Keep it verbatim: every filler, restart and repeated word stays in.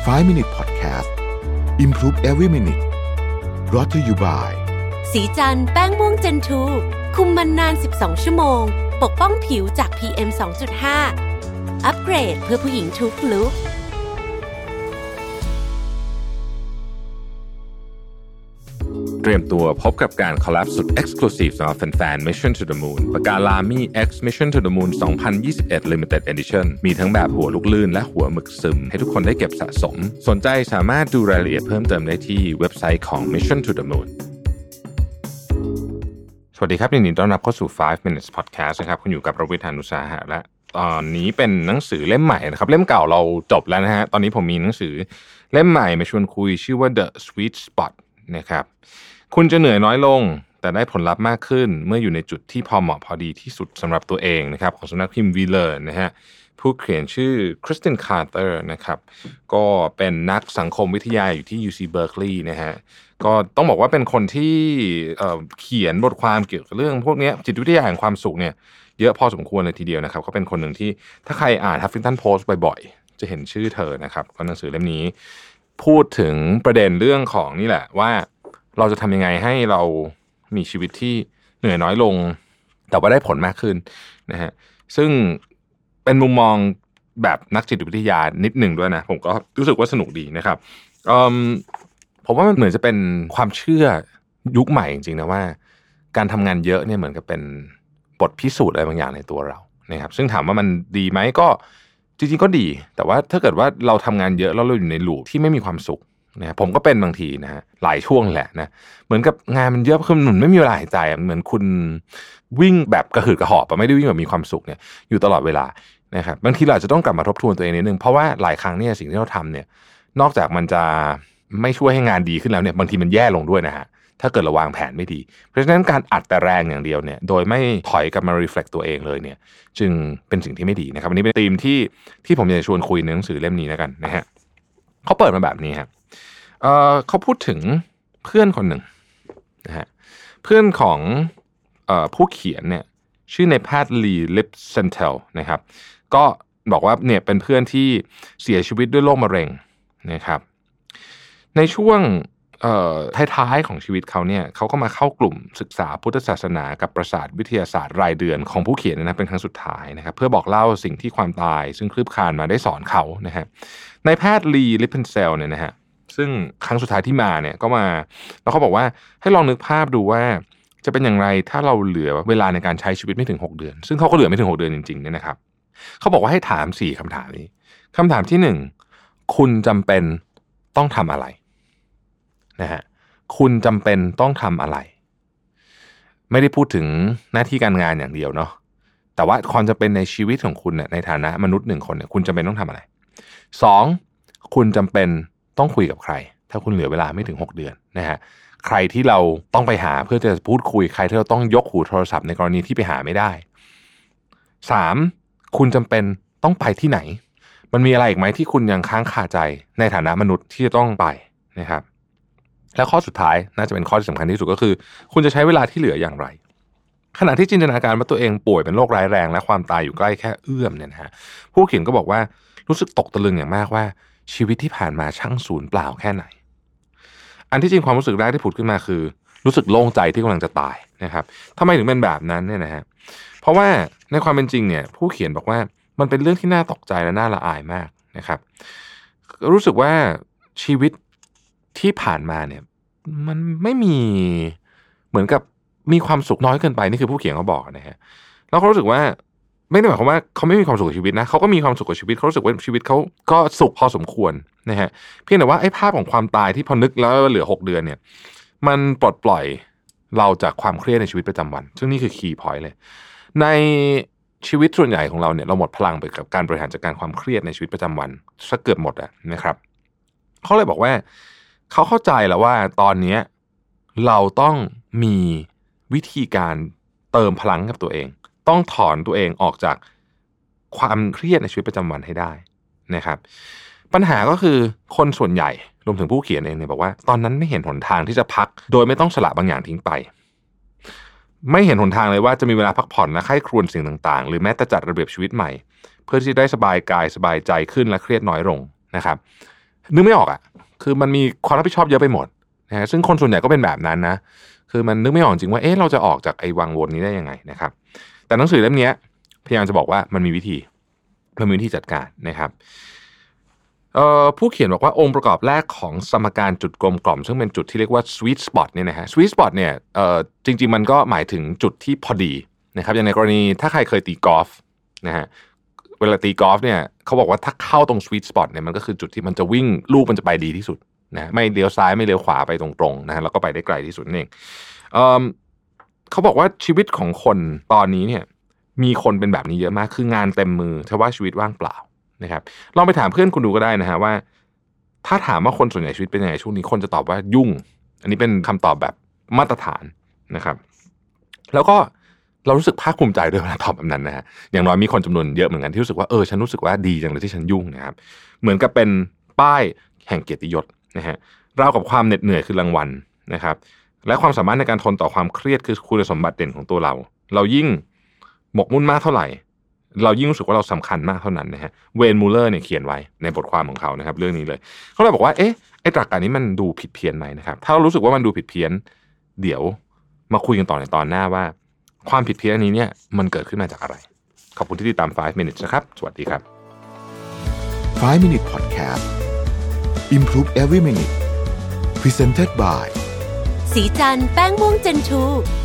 ไฟว์ มินิท Podcast Improve Every Minute brought to you by สีจันแป้งม่วงเจนทูคุมมันนานสิบสองชั่วโมงปกป้องผิวจาก พี เอ็ม สองจุดห้า อัปเกรดเพื่อผู้หญิงทุกลุคเตรียมตัวพบกับการคอลแลบสุด Exclusive สำหรับแฟนๆ Mission to the Moon ปากกา Lamy X Mission to the Moon สองพันยี่สิบเอ็ด Limited Edition มีทั้งแบบหัวลูกลื่นและหัวหมึกซึมให้ทุกคนได้เก็บสะสมสนใจสามารถดูรายละเอียดเพิ่มเติมได้ที่เว็บไซต์ของ Mission to the Moon สวัสดีครับยินดีต้อนรับเข้าสู่ ไฟว์ Minutes Podcast นะครับคุณอยู่กับประวิทย์ หาญอุตสาหะและตอนนี้เป็นหนังสือเล่มใหม่นะครับเล่มเก่าเราจบแล้วนะฮะตอนนี้ผมมีหนังสือเล่มใหม่มาชวนคุยชื่อว่า The Sweet Spot นะครับคุณจะเหนื่อยน้อยลงแต่ได้ผลลัพธ์มากขึ้นเมื่ออยู่ในจุดที่พอเหมาะพอดีที่สุดสำหรับตัวเองนะครับของสำนักพิมพ์วีเลอร์นะฮะผู้เขียนชื่อคริสตินคาร์เตอร์นะครับก็เป็นนักสังคมวิทยาอยู่ที่ ยู ซี Berkeley นะฮะก็ต้องบอกว่าเป็นคนที่เอ่อเขียนบทความเกี่ยวกับเรื่องพวกนี้จิตวิทยาแห่งความสุขเนี่ยเยอะพอสมควรเลยทีเดียวนะครับเขาเป็นคนหนึ่งที่ถ้าใครอ่าน Huffington Post บ่อยๆจะเห็นชื่อเธอนะครับก็หนังสือเล่มนี้พูดถึงประเด็นเรื่องของนี่แหละว่าเราจะทำยังไงให้เรามีชีวิตที่เหนื่อยน้อยลงแต่ว่าได้ผลมากขึ้นนะฮะซึ่งเป็นมุมมองแบบนักจิตวิทยานิดหนึ่งด้วยนะผมก็รู้สึกว่าสนุกดีนะครับผมว่ามันเหมือนจะเป็นความเชื่อยุคใหม่จริงๆนะว่าการทำงานเยอะเนี่ยเหมือนกับเป็นบทพิสูจน์อะไรบางอย่างในตัวเรานะครับซึ่งถามว่ามันดีไหมก็จริงๆก็ดีแต่ว่าถ้าเกิดว่าเราทำงานเยอะแล้วเราอยู่ในลูปที่ไม่มีความสุขนะผมก็เป็นบางทีนะฮะหลายช่วงแหละนะเหมือนกับงานมันเยอะขึ้นมันไม่มีเวลาหายใจเหมือนคุณวิ่งแบบกระหืดกระหอบไม่ได้วิ่งแบบมีความสุขเนี่ยอยู่ตลอดเวลานะครับบางทีเราจะต้องกลับมาทบทวนตัวเองนิดนึงเพราะว่าหลายครั้งเนี่ยสิ่งที่เราทำเนี่ยนอกจากมันจะไม่ช่วยให้งานดีขึ้นแล้วเนี่ยบางทีมันแย่ลงด้วยนะฮะถ้าเกิดเราวางแผนไม่ดีเพราะฉะนั้นการอัดแต่แรงอย่างเดียวเนี่ยโดยไม่ถอยกลับมา reflect ตัวเองเลยเนี่ยจึงเป็นสิ่งที่ไม่ดีนะครับวันนี้เป็นธีมที่ที่ผมอยากจะชวนคุยในหนังสือเล่มนี้แล้วกันนะฮะเขาเปิดมาแบบนี้ครับเอ่อเขาพูดถึงเพื่อนคนหนึ่งนะฮะเพื่อนของเอ่อผู้เขียนเนี่ยชื่อในแพทย์ลีลิปเซนเทลนะครับก็บอกว่าเนี่ยเป็นเพื่อนที่เสียชีวิตด้วยโรคมะเร็งนะครับในช่วงเอ่อท้ายๆของชีวิตเขาเนี่ยเขาก็มาเข้ากลุ่มศึกษาพุทธศาสนากับประสาทวิทยาศาสตร์รายเดือนของผู้เขียนนะเป็นครั้งสุดท้ายนะครับเพื่อบอกเล่าสิ่งที่ความตายซึ่งคลืบคลานมาได้สอนเขานะฮะในแพทย์ลีลิปเซนเทลเนี่ยนะฮะซึ่งครั้งสุดท้ายที่มาเนี่ยก็มาแล้วเขาบอกว่าให้ลองนึกภาพดูว่าจะเป็นอย่างไรถ้าเราเหลือเวลาในการใช้ชีวิตไม่ถึงหกเดือนซึ่งเขาก็เหลือไม่ถึงหกเดือนจริงๆเนี่ยนะครับเขาบอกว่าให้ถามสี่คำถามนี้คำถามที่หนึ่งคุณจำเป็นต้องทำอะไรนะฮะคุณจำเป็นต้องทำอะไรไม่ได้พูดถึงหน้าที่การงานอย่างเดียวเนาะแต่ว่าความจำเป็นในชีวิตของคุณเนี่ยในฐานะมนุษย์หนึ่งคนเนี่ยคุณจำเป็นต้องทำอะไรสองคุณจำเป็นต้องคุยกับใครถ้าคุณเหลือเวลาไม่ถึงหกเดือนนะฮะใครที่เราต้องไปหาเพื่อจะพูดคุยใครที่เราต้องยกหูโทรศัพท์ในกรณีที่ไปหาไม่ได้สามคุณจำเป็นต้องไปที่ไหนมันมีอะไรอีกไหมที่คุณยังค้างคาใจในฐานะมนุษย์ที่จะต้องไปนะครับแล้วข้อสุดท้ายน่าจะเป็นข้อที่สำคัญที่สุดก็คือคุณจะใช้เวลาที่เหลืออย่างไรขณะที่จินตนาการว่าตัวเองป่วยเป็นโรคร้ายแรงและความตายอยู่ใกล้แค่เอื้อมเนี่ยนะฮะผู้เขียนก็บอกว่ารู้สึกตกตะลึงอย่างมากว่าชีวิตที่ผ่านมาช่างสูญเปล่าแค่ไหนอันที่จริงความรู้สึกแรกที่ผุดขึ้นมาคือรู้สึกโล่งใจที่กำลังจะตายนะครับทำไมถึงเป็นแบบนั้นเนี่ยนะฮะเพราะว่าในความเป็นจริงเนี่ยผู้เขียนบอกว่ามันเป็นเรื่องที่น่าตกใจและน่าละอายมากนะครับรู้สึกว่าชีวิตที่ผ่านมาเนี่ยมันไม่มีเหมือนกับมีความสุขน้อยเกินไปนี่คือผู้เขียนเขาบอกนะฮะแล้วเขารู้สึกว่าไม่ได้หมายความว่าเขาไม่มีความสุขกับชีวิตนะเขาก็มีความสุขกับชีวิตเขารู้สึกว่าชีวิตเขาก็สุขพอสมควรนะฮะเพียงแต่ว่าไอ้ภาพของความตายที่พอนึกแล้วเหลือหกเดือนเนี่ยมันปลดปล่อยเราจากความเครียดในชีวิตประจำวันซึ่งนี่คือคีย์พอยต์เลยในชีวิตส่วนใหญ่ของเราเนี่ยเราหมดพลังไปกับการบริหารจัดการความเครียดในชีวิตประจำวันซะเกือบหมดอะนะครับเขาเลยบอกว่าเขาเข้าใจแล้วว่าตอนนี้เราต้องมีวิธีการเติมพลังกับตัวเองต้องถอนตัวเองออกจากความเครียดในชีวิตประจำวันให้ได้นะครับปัญหาก็คือคนส่วนใหญ่รวมถึงผู้เขียนเองเนี่ยบอกว่าตอนนั้นไม่เห็นหนทางที่จะพักโดยไม่ต้องสละบางอย่างทิ้งไปไม่เห็นหนทางเลยว่าจะมีเวลาพักผ่อนและใคร่ครวญสิ่งต่างๆหรือแม้แต่จัดระเบียบชีวิตใหม่เพื่อที่จะได้สบายกายสบายใจขึ้นและเครียดน้อยลงนะครับนึกไม่ออกอ่ะคือมันมีความรับผิดชอบเยอะไปหมดนะฮะซึ่งคนส่วนใหญ่ก็เป็นแบบนั้นนะคือมันนึกไม่ออกจริงว่าเอ๊ะเราจะออกจากไอ้วังวนนี้ได้ยังไงนะครับแต่หนังสือเล่มนี้พยายามจะบอกว่ามันมีวิธีมันมีวิธีจัดการนะครับเอ่อผู้เขียนบอกว่าองค์ประกอบแรกของสมการจุดกลมกล่อมซึ่งเป็นจุดที่เรียกว่า sweet spot เนี่ยนะฮะ sweet spot เนี่ยเอ่อจริงๆมันก็หมายถึงจุดที่พอดีนะครับอย่างในกรณีถ้าใครเคยตีกอล์ฟนะฮะเวลาตีกอล์ฟเนี่ยเขาบอกว่าถ้าเข้าตรง sweet spot เนี่ยมันก็คือจุดที่มันจะวิ่งลูกมันจะไปดีที่สุดนะไม่เลี้ยวซ้ายไม่เลี้ยวขวาไปตรงๆนะฮะแล้วก็ไปได้ไกลที่สุดนั่นเองเอ่อเขาบอกว่าชีวิตของคนตอนนี้เนี่ยมีคนเป็นแบบนี้เยอะมากคืองานเต็มมือแต่ว่าชีวิตว่างเปล่านะครับลองไปถามเพื่อนคุณดูก็ได้นะฮะว่าถ้าถามว่าคนส่วนใหญ่ชีวิตเป็นยังไงช่วงนี้คนจะตอบว่ายุ่งอันนี้เป็นคำตอบแบบมาตรฐานนะครับแล้วก็เรารู้สึกภาคภูมิใจด้วยเวลาตอบแบบนั้นนะฮะอย่างน้อยมีคนจำนวนเยอะเหมือนกันที่รู้สึกว่าเออฉันรู้สึกว่าดีจังเลยที่ฉันยุ่งนะครับเหมือนกับเป็นป้ายแห่งเกียรติยศนะฮะราวกับความเหน็ดเหนื่อยคือรางวัลนะครับและความสามารถในการทนต่อความเครียดคือคุณสมบัติเด่นของตัวเราเรายิ่งหมกมุ่นมากเท่าไหร่เรายิ่งรู้สึกว่าเราสำคัญมากเท่านั้นนะฮะเวนมูเลอร์เนี่ยเขียนไว้ในบทความของเขานะครับเรื่องนี้เลยเขาเลยบอกว่าเอ๊ะไอ้ตรรกะนี้มันดูผิดเพี้ยนไหมนะครับถ้าเรารู้สึกว่ามันดูผิดเพี้ยนเดี๋ยวมาคุยกันต่อในตอนหน้าว่าความผิดเพี้ยนนี้เนี่ยมันเกิดขึ้นมาจากอะไรขอบคุณที่ติดตามไฟว์ minutes นะครับสวัสดีครับไฟว์ minute podcast improve every minute presented by สีจันแป้งม่วงเจนทู